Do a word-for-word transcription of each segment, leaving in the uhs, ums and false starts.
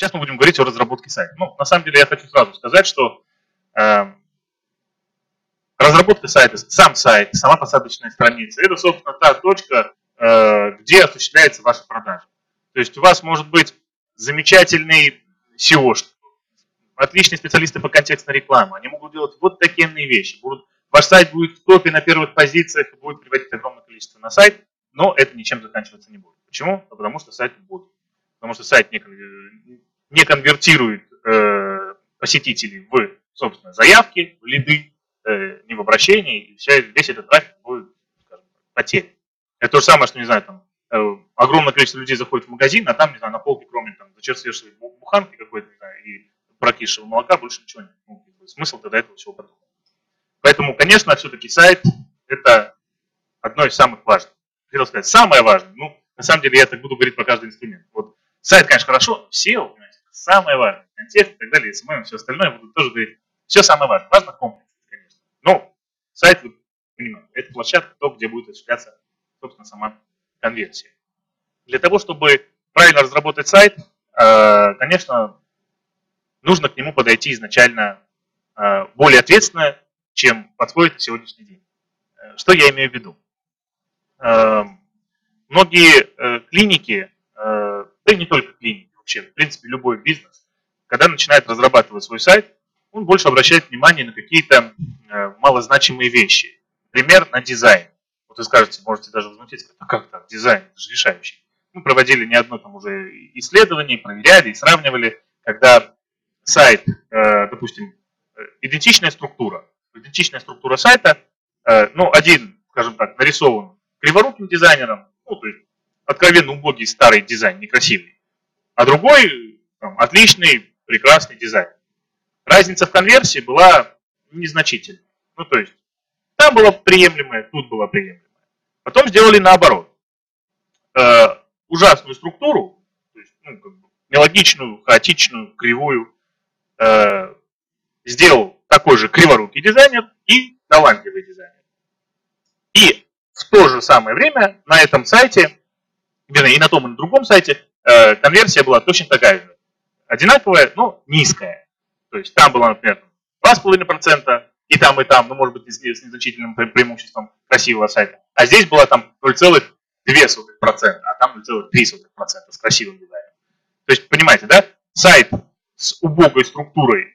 Сейчас мы будем говорить о разработке сайта. Ну, на самом деле я хочу сразу сказать, что э, разработка сайта, сам сайт, сама посадочная страница, это, собственно, та точка, э, где осуществляется ваша продажа. То есть у вас может быть замечательный сео, отличные специалисты по контекстной рекламе, они могут делать вот такие вещи. Будут, ваш сайт будет в топе на первых позициях, будет приводить огромное количество на сайт, но это ничем заканчиваться не будет. Почему? Потому что сайт будет. Потому что сайт не, не конвертирует э, посетителей в, собственно, заявки, в лиды, э, не в обращения, и вся, весь этот трафик будет, скажем, потерян. Это то же самое, что, не знаю, там, э, огромное количество людей заходит в магазин, а там, не знаю, на полке, кроме там, зачерствевшей буханки какой-то, не знаю, и прокисшего молока, больше ничего нет. Ну, смысл тогда этого всего потом. Поэтому, конечно, все-таки сайт – это одно из самых важных. Хотел сказать, самое важное, ну, на самом деле я так буду говорить про каждый инструмент. Вот сайт, конечно, хорошо, сео, понимаете, самое важное, контекст и так далее, эс эм эм, все остальное, я буду тоже говорить, все самое важное, важно комплекс, конечно. Но сайт, вы понимаете, это площадка, то, где будет осуществляться, собственно, сама конверсия. Для того, чтобы правильно разработать сайт, конечно, нужно к нему подойти изначально более ответственно, чем подходит на сегодняшний день. Что я имею в виду? Многие клиники, да и не только клиники, вообще, в принципе, любой бизнес, когда начинает разрабатывать свой сайт, он больше обращает внимание на какие-то малозначимые вещи. Например, на дизайн. Вот вы скажете, можете даже возмутиться, а как так, дизайн, это же решающий. Мы проводили не одно там уже исследование, проверяли и сравнивали, когда сайт, допустим, идентичная структура, идентичная структура сайта, ну, один, скажем так, нарисован криворуким дизайнером, ну, то есть откровенно убогий старый дизайн, некрасивый, а другой там, отличный, прекрасный дизайн. Разница в конверсии была незначительной. Ну, то есть там была приемлемая, тут была приемлемая. Потом сделали наоборот. Э, ужасную структуру, то есть, ну, как бы, нелогичную, хаотичную, кривую, э, сделал такой же криворукий дизайнер и талантливый дизайнер. И в то же самое время на этом сайте, вернее, и на том, и на другом сайте э, конверсия была точно такая же. Одинаковая, но низкая. То есть там было, например, два с половиной процента, и там, и там, ну, может быть, с незначительным преимуществом красивого сайта. А здесь была там ноль целых две десятых процента, а там ноль целых три десятых процента с красивым дизайном. То есть, понимаете, да? Сайт с убогой структурой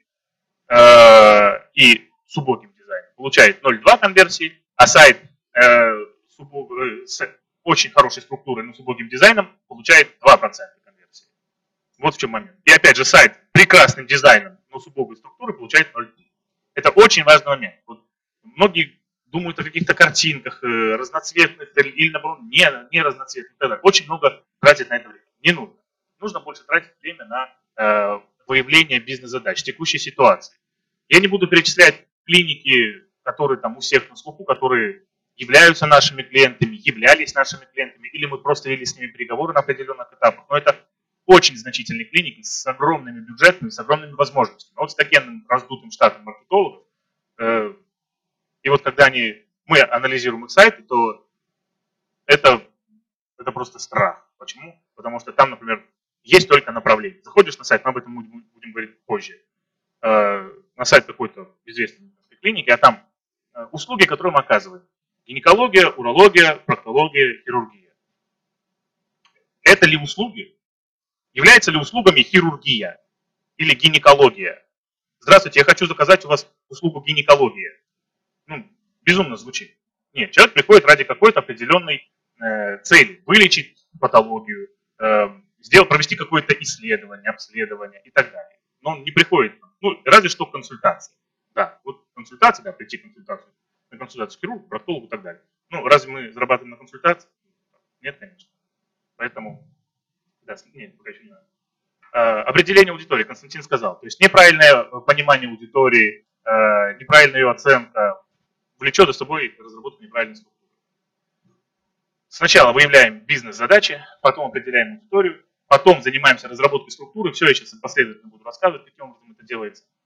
э, и с убогим дизайном получает ноль целых две десятых конверсии, а сайт э, с, убог... с очень хорошей структурой, но с убогим дизайном получает два процента конверсии. Вот в чем момент. И опять же, сайт с прекрасным дизайном, но с убогой структурой получает ноль целых три десятых. Это очень важный момент. Вот многие думают о каких-то картинках, э, разноцветных или, наоборот, не, не разноцветных. Очень много тратят на это время. Не нужно. Нужно больше тратить время на э, выявление бизнес-задач, текущей ситуации. Я не буду перечислять клиники, которые там у всех на слуху, которые являются нашими клиентами, являлись нашими клиентами, или мы просто вели с ними переговоры на определенных этапах. Но это очень значительные клиники с огромными бюджетами, с огромными возможностями. Вот с таким раздутым штатом маркетологов. Э, и вот когда они, мы анализируем их сайты, то это, это просто страх. Почему? Потому что там, например, есть только направление. Заходишь на сайт, мы об этом будем, будем говорить позже, э, на сайт какой-то известной клиники, а там э, услуги, которые мы оказываем. Гинекология, урология, проктология, хирургия. Это ли услуги? Является ли услугами хирургия или гинекология? Здравствуйте, я хочу заказать у вас услугу гинекология. Ну, безумно звучит. Нет, человек приходит ради какой-то определенной э, цели. Вылечить патологию, э, сделать, провести какое-то исследование, обследование и так далее. Но он не приходит, ну, разве что в консультации. Да, вот консультация, да, прийти в консультацию, на консультацию к хирургу, проктологу и так далее. Ну, разве мы зарабатываем на консультации? Нет, конечно. Поэтому, да, нет, пока еще не надо. Э, определение аудитории, Константин сказал. То есть неправильное понимание аудитории, э, неправильная ее оценка влечет за собой разработку неправильной структуры. Сначала выявляем бизнес-задачи, потом определяем аудиторию, потом занимаемся разработкой структуры. Все, я сейчас последовательно буду рассказывать, каким образом это делается.